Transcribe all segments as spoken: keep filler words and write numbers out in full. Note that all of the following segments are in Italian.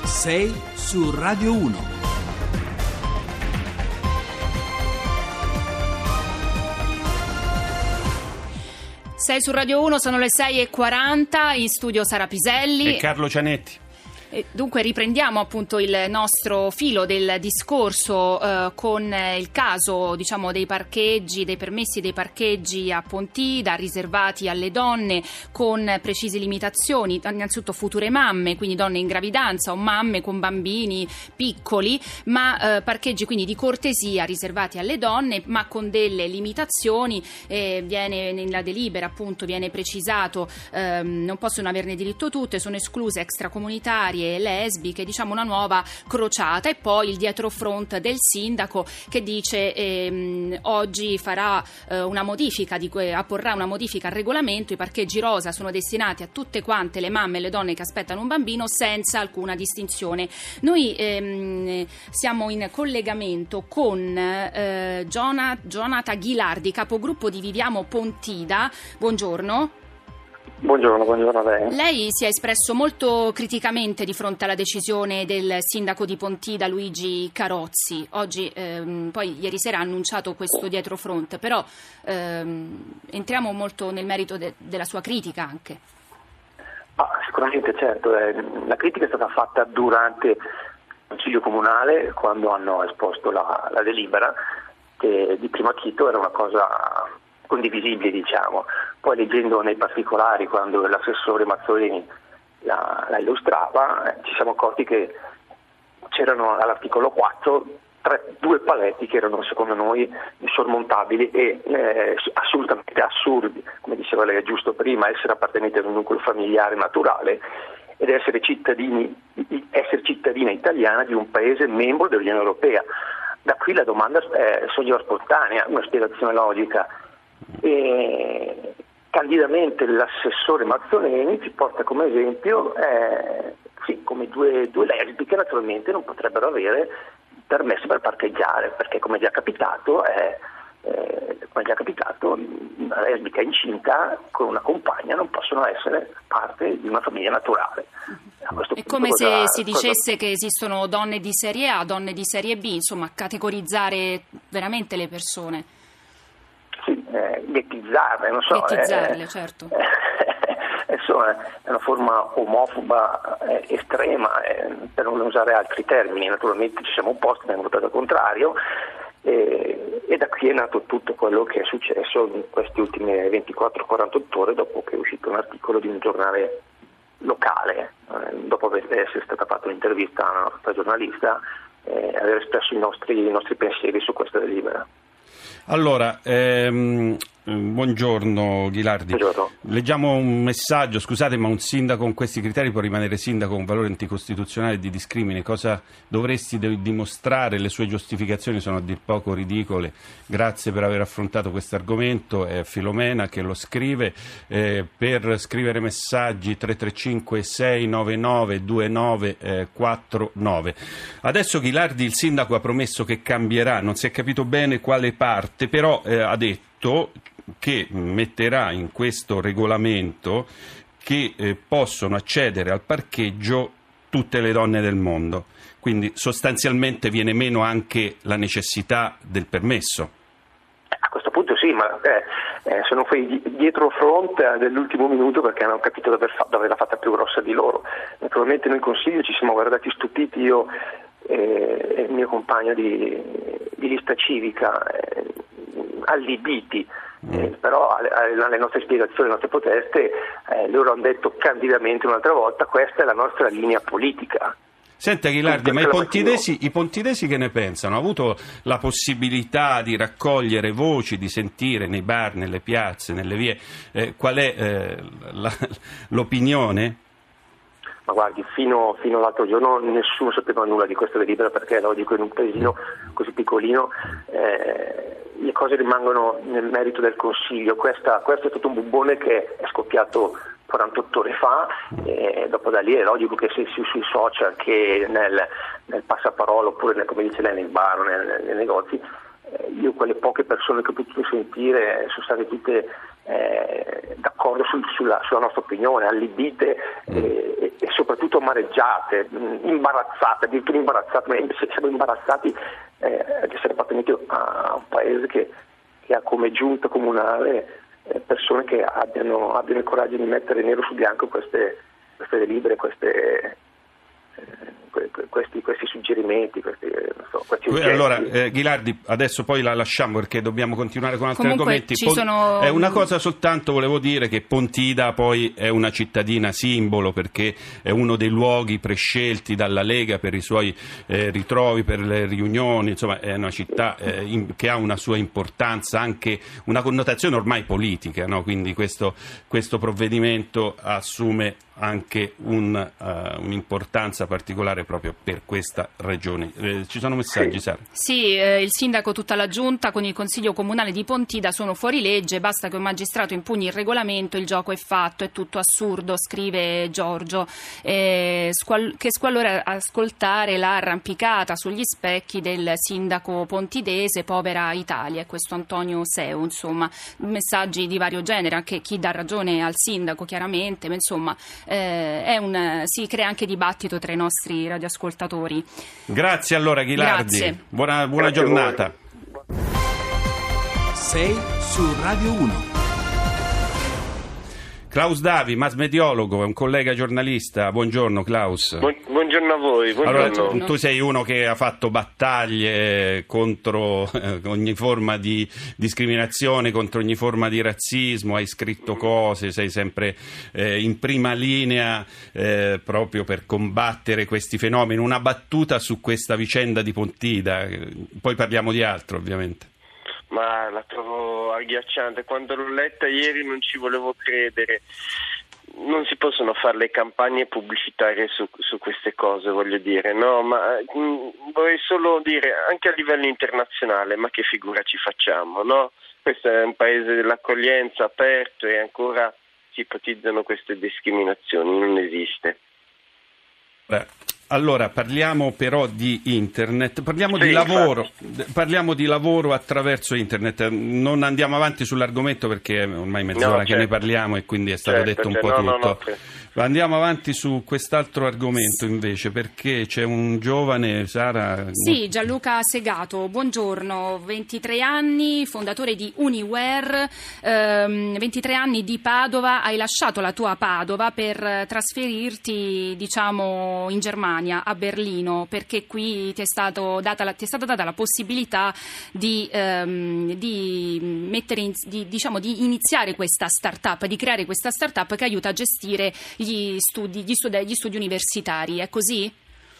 sei su Radio uno. sei su Radio uno, sono le sei e quaranta, in studio Sara Piselli e Carlo Cianetti. E dunque riprendiamo appunto il nostro filo del discorso eh, con il caso, diciamo, dei parcheggi, dei permessi dei parcheggi a Pontida riservati alle donne con precise limitazioni, innanzitutto future mamme, quindi donne in gravidanza o mamme con bambini piccoli, ma eh, parcheggi quindi di cortesia riservati alle donne ma con delle limitazioni. Eh, viene nella delibera appunto viene precisato ehm, non possono averne diritto tutte, sono escluse extracomunitarie, lesbiche, diciamo una nuova crociata. E poi il dietrofront del sindaco che dice ehm, oggi farà eh, una modifica di, eh, apporrà una modifica al regolamento. I parcheggi rosa sono destinati a tutte quante le mamme e le donne che aspettano un bambino senza alcuna distinzione. Noi ehm, siamo in collegamento con eh, Jonathan Ghilardi, capogruppo di Viviamo Pontida. Buongiorno. Buongiorno, buongiorno a lei. Lei si è espresso molto criticamente di fronte alla decisione del sindaco di Pontida Luigi Carozzi. Oggi, ehm, poi ieri sera ha annunciato questo dietrofront, però ehm, entriamo molto nel merito de- della sua critica anche. Ah, sicuramente, certo. Eh, la critica è stata fatta durante il Consiglio Comunale, quando hanno esposto la, la delibera, che di primo acchito era una cosa condivisibile, diciamo. Poi leggendo nei particolari, quando l'assessore Mazzolini la, la illustrava, eh, ci siamo accorti che c'erano all'articolo quattro tre, due paletti che erano secondo noi insormontabili e eh, assolutamente assurdi. Come diceva lei giusto prima, essere appartenenti ad un nucleo familiare naturale ed essere cittadini, essere cittadina italiana di un paese membro dell'Unione Europea. Da qui la domanda eh, sorgeva spontanea, una spiegazione logica. E candidamente l'assessore Mazzolini ci porta come esempio eh, sì, come due, due lesbiche naturalmente non potrebbero avere permesso per parcheggiare, perché come già capitato è eh, come già capitato una lesbica incinta con una compagna non possono essere parte di una famiglia naturale. È come cosa, se si dicesse cosa... che esistono donne di serie A, donne di serie B, insomma categorizzare veramente le persone. Sì, eh, ghettizzarle, non so. Ghettizzarle, eh, certo. Eh, insomma, è una forma omofoba eh, estrema, eh, per non usare altri termini. Naturalmente ci siamo opposti, abbiamo votato al contrario, eh, e da qui è nato tutto quello che è successo in queste ultime ventiquattro quarantotto ore, dopo che è uscito un articolo di un giornale locale, eh, dopo aver, essere stata fatta un'intervista a una nostra giornalista, eh, aver espresso i nostri, i nostri pensieri su questa delibera. Allora, ehm, buongiorno Ghilardi. Buongiorno. Leggiamo un messaggio, scusate, ma un sindaco con questi criteri può rimanere sindaco con valore anticostituzionale di discrimine. Cosa dovresti dimostrare? Le sue giustificazioni sono a dir poco ridicole. Grazie per aver affrontato questo argomento. È Filomena che lo scrive. Eh, per scrivere messaggi tre tre cinque sei nove nove due nove quattro nove. Adesso Ghilardi, il sindaco, ha promesso che cambierà, non si è capito bene quale parte, però eh, ha detto che metterà in questo regolamento che eh, possono accedere al parcheggio tutte le donne del mondo, quindi sostanzialmente viene meno anche la necessità del permesso. A questo punto sì, ma eh, eh, sono quelli dietro fronte dell'ultimo minuto perché hanno capito di aver fatto, averla fatta più grossa di loro. Naturalmente noi in Consiglio ci siamo guardati stupiti, io eh, e il mio compagno di, di lista civica, eh, allibiti. Eh, però alle, alle nostre spiegazioni, alle nostre proteste, eh, loro hanno detto candidamente un'altra volta: questa è la nostra linea politica. Senta Ghilardi, ma i pontidesi, i pontidesi che ne pensano? Hanno avuto la possibilità di raccogliere voci, di sentire nei bar, nelle piazze, nelle vie, eh, qual è eh, la, l'opinione? Ma guardi, fino, fino all'altro giorno nessuno sapeva nulla di questa delibera, perché è logico, in un paesino così piccolino eh, le cose rimangono nel merito del Consiglio. Questa, questo è stato un bubbone che è scoppiato quarantotto ore fa, e dopo da lì è logico che se sui social, che nel, nel passaparola, oppure nel, come dice lei, nei bar o nei, nei negozi, eh, io quelle poche persone che ho potuto sentire sono state tutte eh, d'accordo sul, sulla, sulla nostra opinione, allibite mm. e, e soprattutto amareggiate, imbarazzate, addirittura imbarazzate, ma siamo imbarazzati eh, di essere appartenuti a un paese che, che ha come giunta comunale eh, persone che abbiano, abbiano il coraggio di mettere nero su bianco queste, queste delibere, queste... Questi, questi suggerimenti, questi, non so, questi allora eh, Ghilardi, adesso poi la lasciamo perché dobbiamo continuare con altri Comunque argomenti. ci Pon- sono... è una cosa soltanto, volevo dire che Pontida poi è una cittadina simbolo, perché è uno dei luoghi prescelti dalla Lega per i suoi eh, ritrovi, per le riunioni, insomma è una città eh, in, che ha una sua importanza, anche una connotazione ormai politica, no? Quindi questo, questo provvedimento assume anche un, uh, un'importanza particolare proprio per questa ragione. Eh, ci sono messaggi, Sara? Sì, eh, il sindaco, tutta la giunta con il consiglio comunale di Pontida sono fuori legge, basta che un magistrato impugni il regolamento, il gioco è fatto, è tutto assurdo, scrive Giorgio. Eh, squal- che squallore ascoltare la arrampicata sugli specchi del sindaco pontidese, povera Italia, è questo Antonio Seu, insomma, messaggi di vario genere, anche chi dà ragione al sindaco chiaramente, ma insomma eh, è un, si crea anche dibattito tra i nostri radioascoltatori. Grazie allora Ghilardi. Grazie. Buona, buona Grazie giornata. sei su Radio uno. Klaus Davi, massmediologo, è un collega giornalista. Buongiorno Klaus. Buongiorno a voi. Buongiorno. Allora, tu sei uno che ha fatto battaglie contro eh, ogni forma di discriminazione, contro ogni forma di razzismo, hai scritto cose, sei sempre eh, in prima linea eh, proprio per combattere questi fenomeni. Una battuta su questa vicenda di Pontida, poi parliamo di altro ovviamente. Ma la trovo agghiacciante. Quando l'ho letta ieri non ci volevo credere. Non si possono fare le campagne pubblicitarie su, su queste cose, voglio dire, no? Ma mh, vorrei solo dire, anche a livello internazionale, ma che figura ci facciamo, no? Questo è un paese dell'accoglienza aperto e ancora si ipotizzano queste discriminazioni, non esiste. Beh. Allora, parliamo però di internet, parliamo sì, di lavoro, infatti. parliamo di lavoro attraverso internet. Non andiamo avanti sull'argomento perché è ormai mezz'ora No, che certo. ne parliamo e quindi è stato certo, detto un certo. po' no, tutto. No, no, Andiamo avanti su quest'altro argomento invece, perché c'è un giovane, Sara... Sì, Gianluca Segato, buongiorno, ventitré anni, fondatore di Uniware, ehm, ventitré anni di Padova, hai lasciato la tua Padova per trasferirti, diciamo, in Germania, a Berlino, perché qui ti è, stato data la, ti è stata data la possibilità di, ehm, di, mettere in, di, diciamo, di iniziare questa startup, di creare questa startup che aiuta a gestire gli studi, gli studi, gli studi universitari, è così?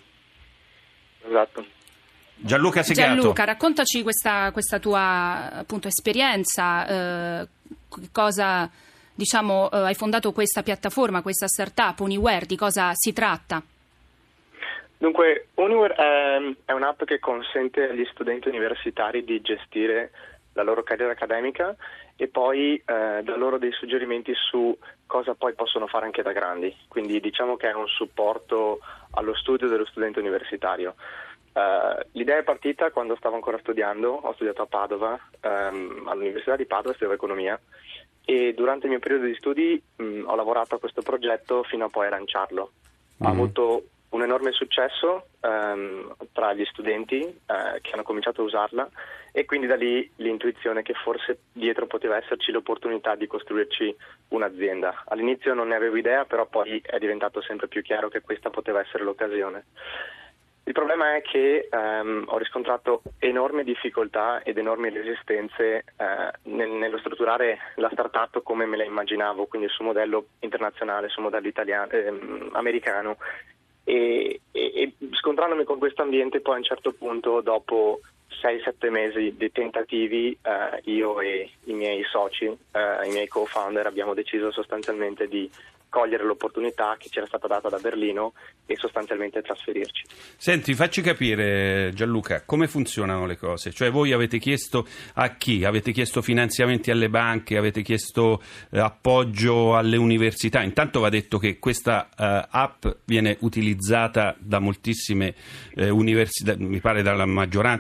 Esatto. Gianluca Segato. Gianluca, raccontaci questa, questa tua appunto esperienza, eh, cosa, diciamo, eh, hai fondato questa piattaforma, questa startup Uniware, di cosa si tratta? Dunque, Uniware è, è un'app che consente agli studenti universitari di gestire la loro carriera accademica e poi eh, dà loro dei suggerimenti su cosa poi possono fare anche da grandi. Quindi diciamo che è un supporto allo studio dello studente universitario. Uh, l'idea è partita quando stavo ancora studiando, ho studiato a Padova, um, all'Università di Padova, studiavo economia, e durante il mio periodo di studi um, ho lavorato a questo progetto fino a poi lanciarlo. Mm. Ha avuto un enorme successo um, tra gli studenti uh, che hanno cominciato a usarla, e quindi da lì l'intuizione che forse dietro poteva esserci l'opportunità di costruirci un'azienda. All'inizio non ne avevo idea, però poi è diventato sempre più chiaro che questa poteva essere l'occasione. Il problema è che um, ho riscontrato enormi difficoltà ed enormi resistenze uh, nel, nello strutturare la startup come me la immaginavo, quindi sul modello internazionale, sul modello italiano, ehm, americano. E, e, e scontrandomi con questo ambiente, poi a un certo punto, dopo sei sette mesi di tentativi, eh, io e i miei soci, eh, i miei co-founder, abbiamo deciso sostanzialmente di cogliere l'opportunità che ci era stata data da Berlino e sostanzialmente trasferirci. Senti, facci capire, Gianluca, come funzionano le cose. Cioè, voi avete chiesto a chi? Avete chiesto finanziamenti alle banche? Avete chiesto eh, appoggio alle università? Intanto va detto che questa eh, app viene utilizzata da moltissime eh, università, mi pare dalla maggioranza delle università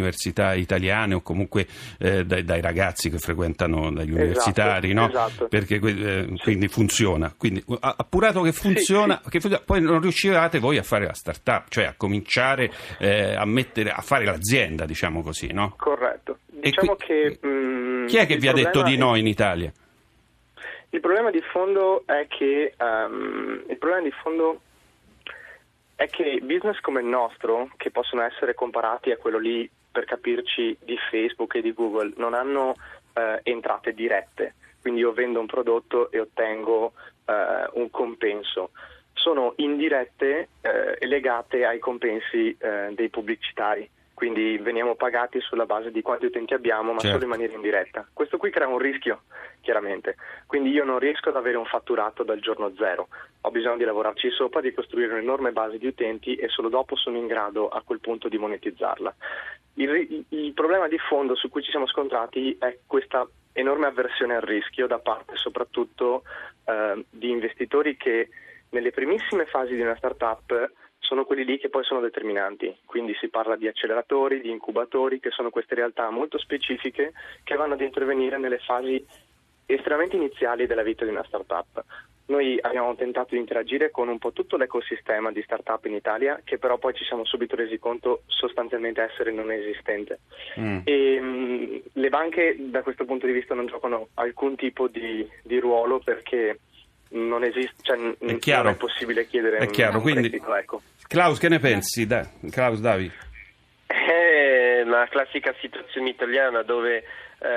università italiane o comunque eh, dai, dai ragazzi che frequentano dagli esatto, universitari, no? Esatto. Perché eh, sì. quindi funziona. Quindi appurato che funziona, sì, sì. che funziona, poi non riuscivate voi a fare la startup, cioè a cominciare eh, a mettere a fare l'azienda, diciamo così, no? Corretto. Diciamo qui, che mh, chi è che vi ha detto di no è... in Italia? Il problema di fondo è che um, il problema di fondo è che business come il nostro, che possono essere comparati a quello lì, per capirci, di Facebook e di Google, non hanno uh, entrate dirette. Quindi io vendo un prodotto e ottengo uh, un compenso. Sono indirette uh, e legate ai compensi uh, dei pubblicitari. Quindi veniamo pagati sulla base di quanti utenti abbiamo, ma certo. solo in maniera indiretta. Questo qui crea un rischio, chiaramente. Quindi io non riesco ad avere un fatturato dal giorno zero. Ho bisogno di lavorarci sopra, di costruire un'enorme base di utenti e solo dopo sono in grado a quel punto di monetizzarla. Il, il problema di fondo su cui ci siamo scontrati è questa enorme avversione al rischio da parte soprattutto eh, di investitori che nelle primissime fasi di una startup sono quelli lì che poi sono determinanti, quindi si parla di acceleratori, di incubatori, che sono queste realtà molto specifiche che vanno ad intervenire nelle fasi estremamente iniziali della vita di una startup. Noi abbiamo tentato di interagire con un po' tutto l'ecosistema di startup in Italia, che però poi ci siamo subito resi conto sostanzialmente essere non esistente. Mm. E mh, le banche da questo punto di vista non giocano alcun tipo di, di ruolo, perché non esiste, cioè, è chiaro. Non è possibile chiedere è chiaro. un Quindi, prestito, ecco. Klaus, che ne pensi? Da, Klaus Davi. È la classica situazione italiana dove eh,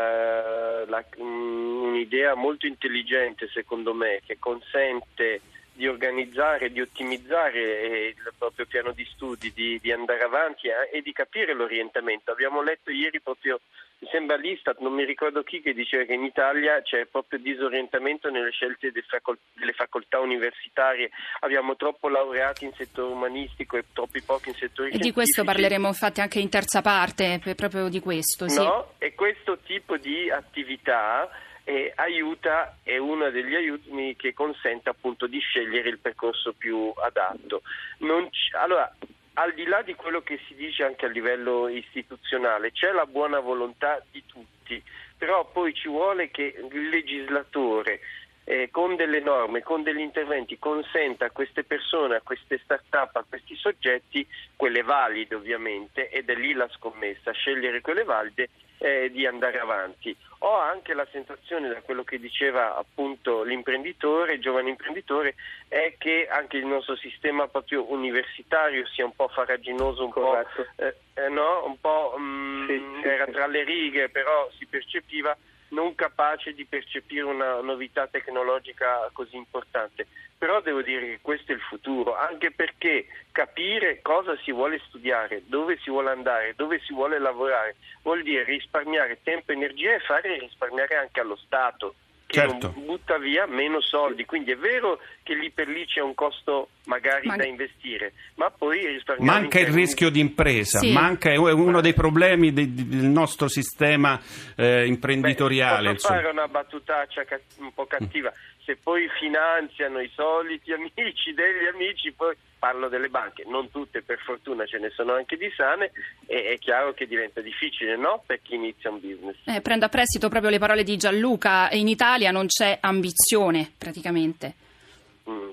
la, un'idea molto intelligente, secondo me, che consente di organizzare, di ottimizzare il proprio piano di studi, di, di andare avanti eh, e di capire l'orientamento. Abbiamo letto ieri proprio, mi sembra l'Istat, non mi ricordo chi, che diceva che in Italia c'è proprio disorientamento nelle scelte delle, facol- delle facoltà universitarie. Abbiamo troppo laureati in settore umanistico e troppi pochi in settori e scientifici. Di questo parleremo infatti anche in terza parte, per, proprio di questo. Sì. No, e questo tipo di attività E aiuta, è uno degli aiuti che consente appunto di scegliere il percorso più adatto. Non c- allora, al di là di quello che si dice anche a livello istituzionale, c'è la buona volontà di tutti, però poi ci vuole che il legislatore eh, con delle norme, con degli interventi consenta a queste persone, a queste start-up, a questi soggetti, quelle valide ovviamente, ed è lì la scommessa, scegliere quelle valide eh, di andare avanti. Ho anche la sensazione, da quello che diceva appunto l'imprenditore, il giovane imprenditore, è che anche il nostro sistema proprio universitario sia un po' farraginoso, un Corretto. po' eh, eh, no, un po' mh, sì, sì, era sì. tra le righe, però si percepiva non capace di percepire una novità tecnologica così importante. Però devo dire che questo è il futuro, anche perché capire cosa si vuole studiare, dove si vuole andare, dove si vuole lavorare, vuol dire risparmiare tempo e energia e fare risparmiare anche allo Stato, che certo. non butta via meno soldi. Quindi è vero che lì per lì c'è un costo magari Mag- da investire, ma poi risparmiare. Manca il rischio di impresa, sì. manca, è uno dei problemi de, de, del nostro sistema eh, imprenditoriale. Beh, posso insomma. fare una battutaccia un po' cattiva? Se poi finanziano i soliti amici degli amici, poi parlo delle banche, non tutte, per fortuna ce ne sono anche di sane, e è chiaro che diventa difficile, no? Per chi inizia un business. Eh, prendo a prestito proprio le parole di Gianluca, in Italia non c'è ambizione praticamente. Mm.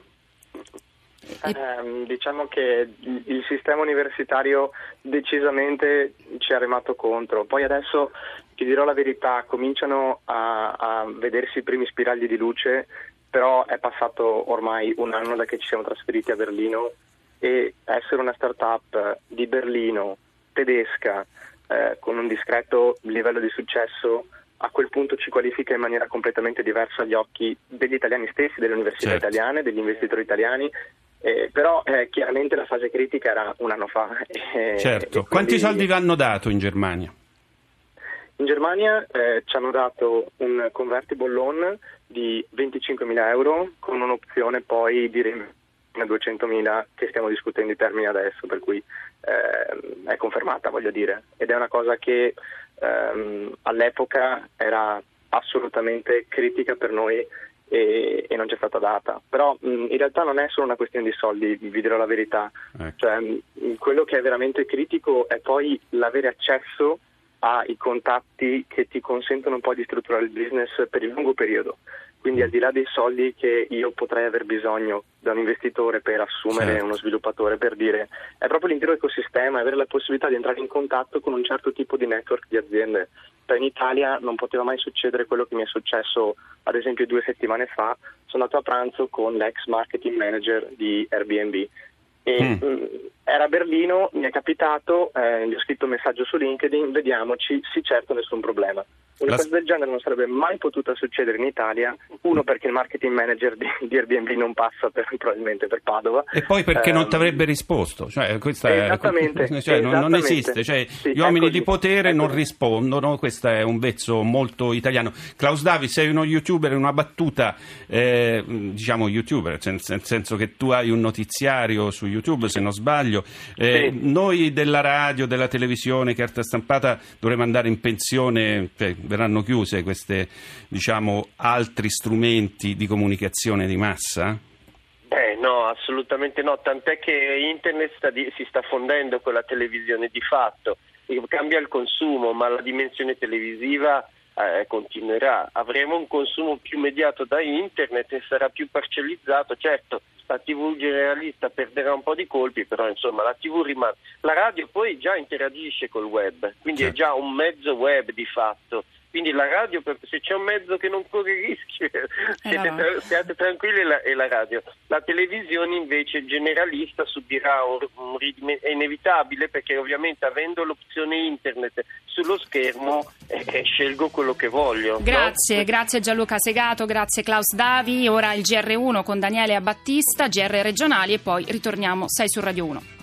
E... Eh, diciamo che il sistema universitario decisamente ci è remato contro. Poi adesso, ti dirò la verità, cominciano a, a vedersi i primi spiragli di luce, però è passato ormai un anno da che ci siamo trasferiti a Berlino, e essere una startup di Berlino, tedesca, eh, con un discreto livello di successo, a quel punto ci qualifica in maniera completamente diversa agli occhi degli italiani stessi, delle università certo. italiane, degli investitori italiani. Eh, però eh, chiaramente la fase critica era un anno fa. Eh, certo. quindi... Quanti soldi vi hanno dato in Germania? In Germania eh, ci hanno dato un convertible loan di venticinquemila euro con un'opzione poi di a duecentomila, che stiamo discutendo i termini adesso, per cui eh, è confermata, voglio dire, ed è una cosa che ehm, all'epoca era assolutamente critica per noi, e, e non c'è stata data. Però mh, in realtà non è solo una questione di soldi, vi dirò la verità. Ecco. Cioè, mh, quello che è veramente critico è poi l'avere accesso ai contatti che ti consentono un po' di strutturare il business per il lungo periodo. Quindi al di là dei soldi che io potrei aver bisogno da un investitore per assumere certo. uno sviluppatore, per dire, è proprio l'intero ecosistema, avere la possibilità di entrare in contatto con un certo tipo di network di aziende. Cioè in Italia non poteva mai succedere quello che mi è successo ad esempio due settimane fa. Sono andato a pranzo con l'ex marketing manager di Airbnb e mm. mh, era a Berlino, mi è capitato, eh, gli ho scritto un messaggio su LinkedIn, vediamoci, sì certo, nessun problema. Una cosa del genere non sarebbe mai potuta succedere in Italia, uno perché il marketing manager di, di Airbnb non passa per, probabilmente per Padova. E poi perché eh, non ti avrebbe risposto, cioè, questa esattamente, è, cioè, esattamente. Non, non esiste, cioè, sì, gli uomini di potere non rispondono, questo è un vezzo molto italiano. Klaus Davi, sei uno youtuber, una battuta, eh, diciamo youtuber, nel senso che tu hai un notiziario su YouTube, se non sbaglio, eh, sì. Noi della radio, della televisione, carta stampata dovremmo andare in pensione, cioè, verranno chiuse queste, diciamo, altri strumenti di comunicazione di massa? Eh, no, assolutamente no, tant'è che internet sta di, si sta fondendo con la televisione di fatto, cambia il consumo, ma la dimensione televisiva eh, continuerà. Avremo un consumo più immediato da internet e sarà più parcellizzato, certo. La tivù generalista perderà un po' di colpi, però insomma la tivù rimane. La radio poi già interagisce col web, quindi certo. È già un mezzo web di fatto. Quindi la radio, se c'è un mezzo che non corre rischi, siete, tra, siate tranquilli, la, è la radio. La televisione invece generalista subirà un, un ridime, è inevitabile, perché ovviamente avendo l'opzione internet sullo schermo eh, scelgo quello che voglio. Grazie, no? Grazie Gianluca Segato, grazie Klaus Davi. Ora il G R uno con Daniele Battista, G R regionali e poi ritorniamo sei su Radio uno.